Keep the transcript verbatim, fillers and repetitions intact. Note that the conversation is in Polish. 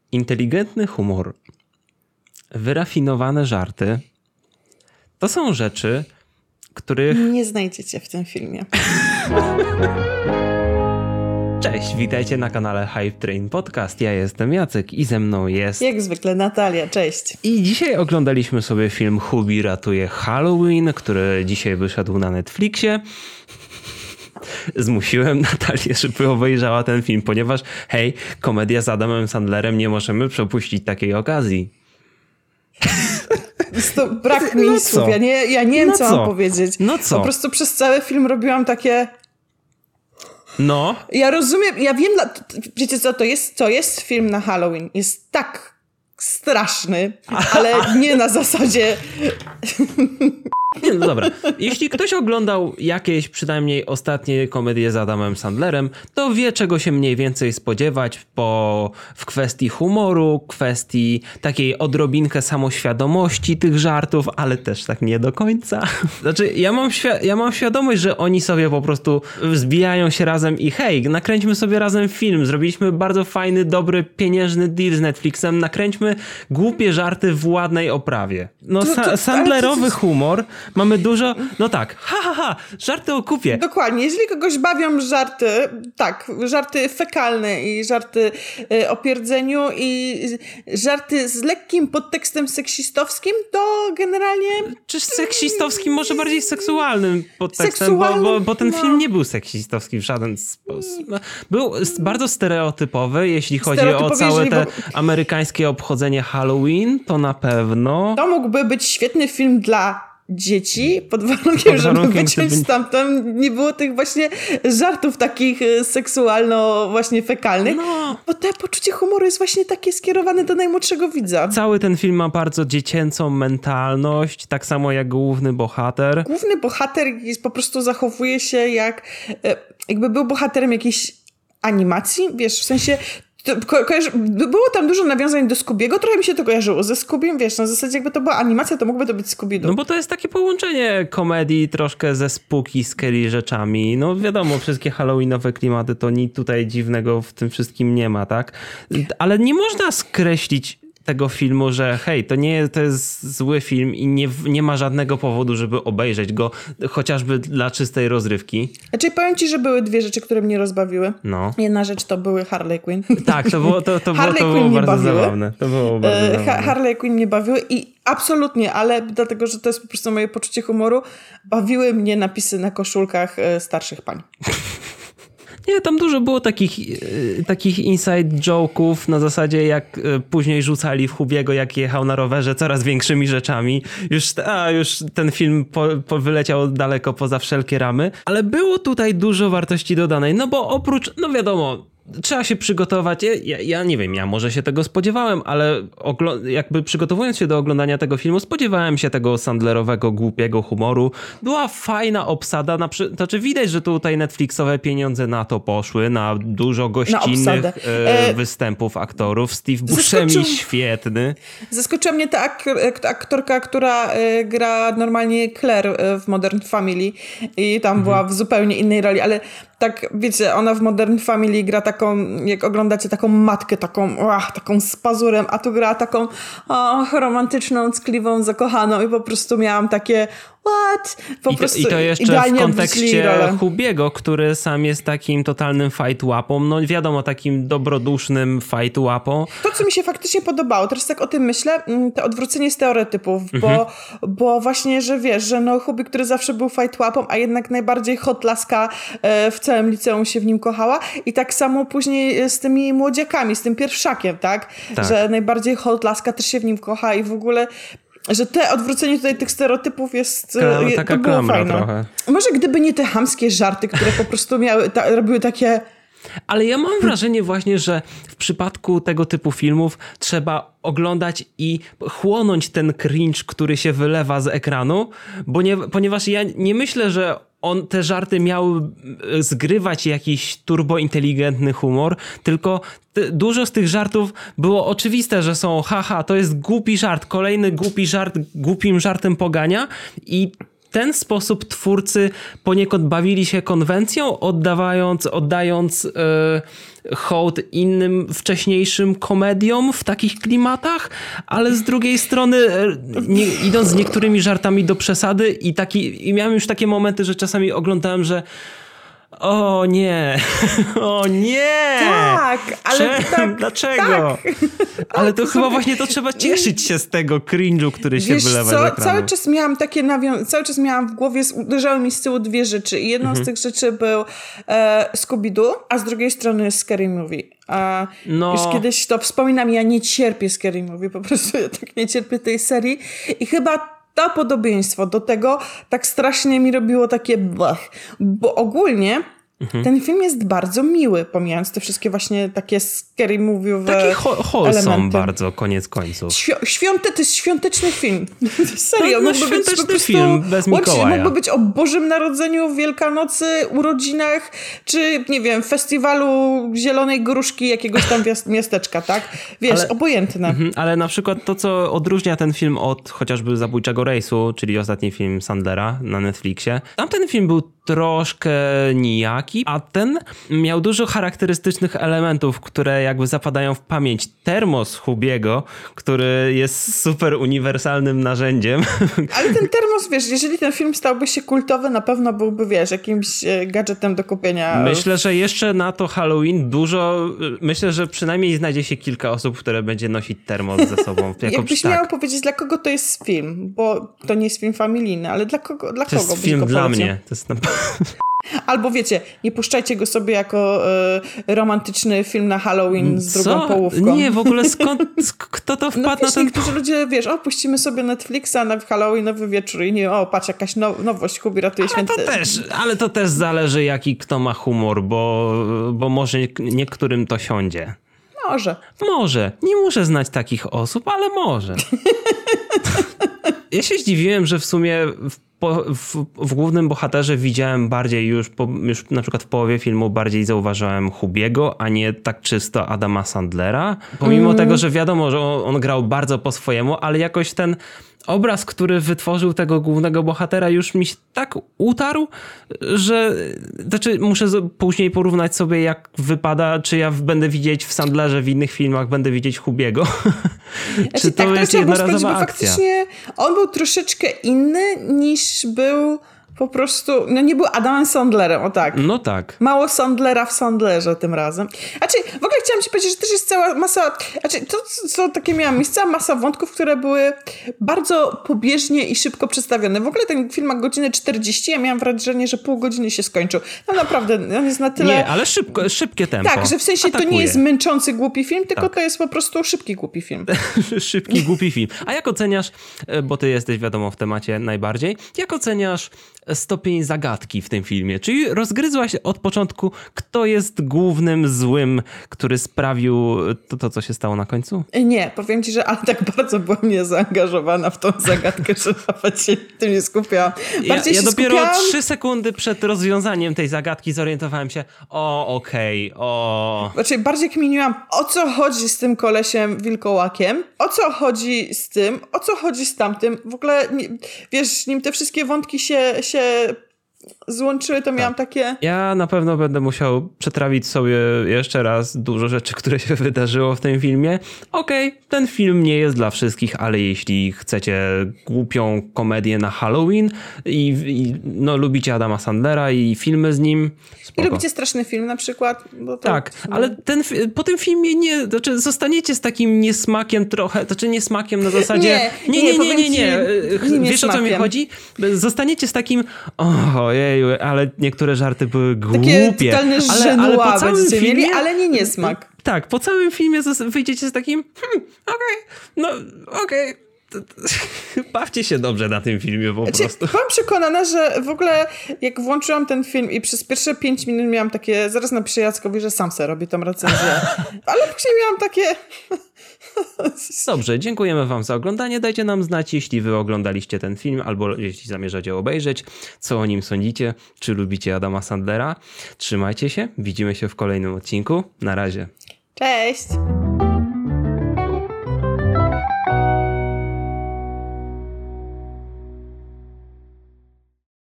inteligentny humor, wyrafinowane żarty to są rzeczy, których... Nie znajdziecie w tym filmie. Cześć, witajcie na kanale Hype Train Podcast. Ja jestem Jacek i ze mną jest... Jak zwykle Natalia, cześć. I dzisiaj oglądaliśmy sobie film Hubie ratuje Halloween, który dzisiaj wyszedł na Netflixie. Zmusiłem Natalię, żeby obejrzała ten film, ponieważ hej, komedia z Adamem Sandlerem, nie możemy przepuścić takiej okazji. To brak mi no słów, ja nie, ja nie wiem, no co, co mam powiedzieć. No co? Po prostu przez cały film robiłam takie... No. Ja rozumiem, ja wiem, dla... wiecie co, to jest, to jest film na Halloween. Jest tak straszny, ale nie na zasadzie... Nie, no dobra. Jeśli ktoś oglądał jakieś przynajmniej ostatnie komedie z Adamem Sandlerem, to wie, czego się mniej więcej spodziewać po, w kwestii humoru, kwestii takiej odrobinkę samoświadomości tych żartów, ale też tak nie do końca. Znaczy, ja mam, świ- ja mam świadomość, że oni sobie po prostu zbijają się razem i hej, nakręćmy sobie razem film, zrobiliśmy bardzo fajny, dobry, pieniężny deal z Netflixem, nakręćmy głupie żarty w ładnej oprawie. No, To- to- sa- Sandlerowy ale to- humor. Mamy dużo, no tak, ha, ha, ha, żarty o kupie. Dokładnie, jeżeli kogoś bawią żarty, tak, żarty fekalne i żarty y, o pierdzeniu i żarty z lekkim podtekstem seksistowskim, to generalnie... Czy seksistowskim, może bardziej seksualnym podtekstem, Seksualnym, bo, bo, bo ten no. film nie był seksistowski w żaden sposób. Był bardzo stereotypowy, jeśli chodzi o Stereotypowy, całe jeżeli te bo- amerykańskie obchodzenie Halloween, to na pewno... To mógłby być świetny film dla dzieci, pod warunkiem, Pod żeby warunkiem, wyciąć żeby- stamtąd nie było tych właśnie żartów takich e, seksualno właśnie fekalnych, No. bo to poczucie humoru jest właśnie takie skierowane do najmłodszego widza. Cały ten film ma bardzo dziecięcą mentalność, tak samo jak główny bohater. Główny bohater jest, po prostu zachowuje się jak e, jakby był bohaterem jakiejś animacji, wiesz, w sensie to ko- kojarzy, było tam dużo nawiązań do Scoobiego, trochę mi się to kojarzyło ze Scoobiem, wiesz, na zasadzie jakby to była animacja, to mógłby to być Scooby-Doo. No bo to jest takie połączenie komedii troszkę ze spooky, scary rzeczami. No wiadomo, wszystkie halloweenowe klimaty, to nic tutaj dziwnego w tym wszystkim nie ma, tak? Ale nie można skreślić tego filmu, że hej, to nie to jest zły film i nie, nie ma żadnego powodu, żeby obejrzeć go, chociażby dla czystej rozrywki. Znaczy powiem ci, że były dwie rzeczy, które mnie rozbawiły. No. Jedna rzecz to były Harley Quinn. Tak, to było, to, to było, Harley to Quinn było mnie bardzo bawiły. zabawne. To było bardzo E, zabawne. Ha- Harley Quinn mnie bawiły i absolutnie, ale dlatego, że to jest po prostu moje poczucie humoru, bawiły mnie napisy na koszulkach e, starszych pań. Nie, tam dużo było takich, yy, takich inside joke'ów na zasadzie jak yy, później rzucali w Hubiego, jak jechał na rowerze coraz większymi rzeczami. Już, a, już ten film po, po wyleciał daleko poza wszelkie ramy. Ale było tutaj dużo wartości dodanej, no bo oprócz, no wiadomo, trzeba się przygotować. Ja, ja, ja nie wiem, ja może się tego spodziewałem, ale oglo- jakby przygotowując się do oglądania tego filmu, spodziewałem się tego sandlerowego, głupiego humoru. Była fajna obsada, na przy... znaczy widać, że tutaj Netflixowe pieniądze na to poszły, na dużo gościnnych Na e, e... występów aktorów. Steve Buscemi Zaskoczył- świetny. Zaskoczyła mnie ta ak- aktorka, która e, gra normalnie Claire e, w Modern Family i tam Mhm. była w zupełnie innej roli, ale tak, wiecie, ona w Modern Family gra taką, jak oglądacie, taką matkę, taką, ach, taką z pazurem, a tu gra taką och, romantyczną, ckliwą, zakochaną i po prostu miałam takie what? Po I to, prostu I to jeszcze w idealnie odwrócili kontekście rolę. Hubiego, który sam jest takim totalnym fight łapą. No wiadomo, takim dobrodusznym fight łapą. To, co mi się faktycznie podobało, teraz tak o tym myślę, to odwrócenie stereotypów, bo, Mhm. bo właśnie, że wiesz, że no Hubi, który zawsze był fight łapą, a jednak najbardziej hot laska e, w całym liceum się w nim kochała i tak samo później z tymi młodziakami, z tym pierwszakiem, tak? Tak. Że najbardziej hot laska też się w nim kocha i w ogóle... Że te odwrócenie tutaj tych stereotypów jest... Ka- je, taka to było klamra fajne. trochę. Może gdyby nie te chamskie żarty, które po prostu miały, ta, robiły takie... Ale ja mam wrażenie właśnie, że w przypadku tego typu filmów trzeba oglądać i chłonąć ten cringe, który się wylewa z ekranu, bo nie, ponieważ ja nie myślę, że on, te żarty miały zgrywać jakiś turbointeligentny humor, tylko te, dużo z tych żartów było oczywiste, że są haha, to jest głupi żart, kolejny głupi żart głupim żartem pogania i ten sposób twórcy poniekąd bawili się konwencją, oddawając, oddając yy, hołd innym wcześniejszym komediom w takich klimatach, ale z drugiej strony yy, nie, idąc z niektórymi żartami do przesady i, taki, i miałem już takie momenty, że czasami oglądałem, że o nie, o nie! Tak, ale Cze- tak, Dlaczego? Tak. Ale to chyba właśnie to trzeba cieszyć się z tego cringe'u, który się Wiesz wylewa co, z ekranu. cały czas miałam takie nawią- cały czas miałam w głowie, uderzały mi z tyłu dwie rzeczy i jedną Mhm. z tych rzeczy był e, Scooby-Doo, a z drugiej strony Scary Movie. A No. Już kiedyś to wspominam, ja nie cierpię Scary Movie, po prostu ja tak nie cierpię tej serii i chyba to podobieństwo do tego tak strasznie mi robiło takie blech, bo ogólnie mhm. ten film jest bardzo miły, pomijając te wszystkie właśnie takie scary movie'owe Taki ho- wholesome elementy. bardzo, koniec końców. Świ- świąte, to jest świąteczny film. Serio, No, no, mógłby być po świąteczny prostu, film, bez łącznie Mikołaja. mógłby być o Bożym Narodzeniu, Wielkanocy, urodzinach, czy nie wiem, festiwalu Zielonej Gruszki jakiegoś tam wias- miasteczka, tak? Wiesz, Ale- obojętne. Mhm, ale na przykład to, co odróżnia ten film od chociażby Zabójczego Rejsu, czyli ostatni film Sandlera na Netflixie, tamten film był troszkę nijaki, a ten miał dużo charakterystycznych elementów, które jakby zapadają w pamięć. Termos Hubiego, który jest super uniwersalnym narzędziem. Ale ten termos, wiesz, jeżeli ten film stałby się kultowy, na pewno byłby, wiesz, jakimś e, gadżetem do kupienia. Myślę, że jeszcze na to Halloween dużo, myślę, że przynajmniej znajdzie się kilka osób, które będzie nosić termos ze sobą. Jako Jakbyś tak. miał powiedzieć, dla kogo to jest film, bo to nie jest film familijny, ale dla kogo, dla To kogo jest byś film go dla polecił? mnie. To jest na... Albo wiecie, nie puszczajcie go sobie jako e, romantyczny film na Halloween z drugą Co? połówką. Nie, w ogóle skąd, sk- kto to No wpadł wiesz, na ten... niektórzy ludzie, wiesz, o, puścimy sobie Netflixa na Halloweenowy wieczór i nie, o, patrz, jakaś now- nowość, Hubi ratuje Ale to święty. też, ale to też zależy, jaki kto ma humor, bo, bo może niektórym to siądzie. Może. Może. Nie muszę znać takich osób, ale może. Ja się zdziwiłem, że w sumie w, po, w, w głównym bohaterze widziałem bardziej już, po, już na przykład w połowie filmu bardziej zauważyłem Hubiego, a nie tak czysto Adama Sandlera. Pomimo Mm. tego, że wiadomo, że on, on grał bardzo po swojemu, ale jakoś ten obraz, który wytworzył tego głównego bohatera, już mi się tak utarł, że znaczy muszę z- później porównać sobie, jak wypada, czy ja w- będę widzieć w Sandlerze w innych filmach, będę widzieć Hubiego. Znaczy, Czy to tak, jest trzeba było jednorazowa sprawdzić, bo akcja? faktycznie on był troszeczkę inny niż był po prostu, no nie był Adamem Sandlerem, o tak. No tak. Mało Sandlera w Sandlerze tym razem. Znaczy, w ogóle chciałam ci powiedzieć, że też jest cała masa... Znaczy, to co takie miałam, jest cała masa wątków, które były bardzo pobieżnie i szybko przedstawione. W ogóle ten film ma godzinę czterdzieści, ja miałam wrażenie, że pół godziny się skończył. No naprawdę, on jest na tyle... Nie, ale szybko, szybkie tempo. Tak, że w sensie to nie Atakuje. jest męczący, głupi film, tylko Tak. to jest po prostu szybki, głupi film. Szybki, głupi film. A jak oceniasz, bo ty jesteś wiadomo w temacie najbardziej, jak oceniasz stopień zagadki w tym filmie? Czyli rozgryzłaś od początku, kto jest głównym złym, który sprawił to, to co się stało na końcu? Nie, powiem ci, że ale tak bardzo byłam niezaangażowana w tą zagadkę, że nawet się tym nie skupiałam. Ja, Bardziej ja się dopiero skupiałam... trzy sekundy przed rozwiązaniem tej zagadki zorientowałem się, o okej, okay, o... Znaczy, bardziej kminiłam, o co chodzi z tym kolesiem wilkołakiem, o co chodzi z tym, o co chodzi z tamtym. W ogóle, nie, wiesz, nim te wszystkie wątki się, się złączyły, to miałam takie... Ja na pewno będę musiał przetrawić sobie jeszcze raz dużo rzeczy, które się wydarzyło w tym filmie. Okej, okay, ten film nie jest dla wszystkich, ale jeśli chcecie głupią komedię na Halloween i, i no, lubicie Adama Sandlera i filmy z nim, spoko. I lubicie straszny film na przykład? Bo to... Tak, ale ten, po tym filmie nie, znaczy zostaniecie z takim niesmakiem trochę, znaczy niesmakiem na zasadzie... Nie, nie, nie, nie, nie, nie, nie. nie, nie Wiesz o co mi niesmakiem. chodzi? Zostaniecie z takim, ojeju, ale niektóre żarty były głupie. Takie totalne ale, ale po żenua całym będziecie filmie, mieli, ale nie niesmak. Tak, po całym filmie zos- wyjdziecie z takim, hmm, okej, no okej. Okay. Bawcie się dobrze na tym filmie po Znaczy, prostu. byłam przekonana, że w ogóle jak włączyłam ten film i przez pierwsze pięć minut miałam takie, zaraz napiszę Jackowi, że sam se robi tą recenzję. Ale później miałam takie... Dobrze, dziękujemy wam za oglądanie. Dajcie nam znać, jeśli wy oglądaliście ten film, albo jeśli zamierzacie obejrzeć, co o nim sądzicie, czy lubicie Adama Sandlera. Trzymajcie się, widzimy się w kolejnym odcinku. Na razie. Cześć!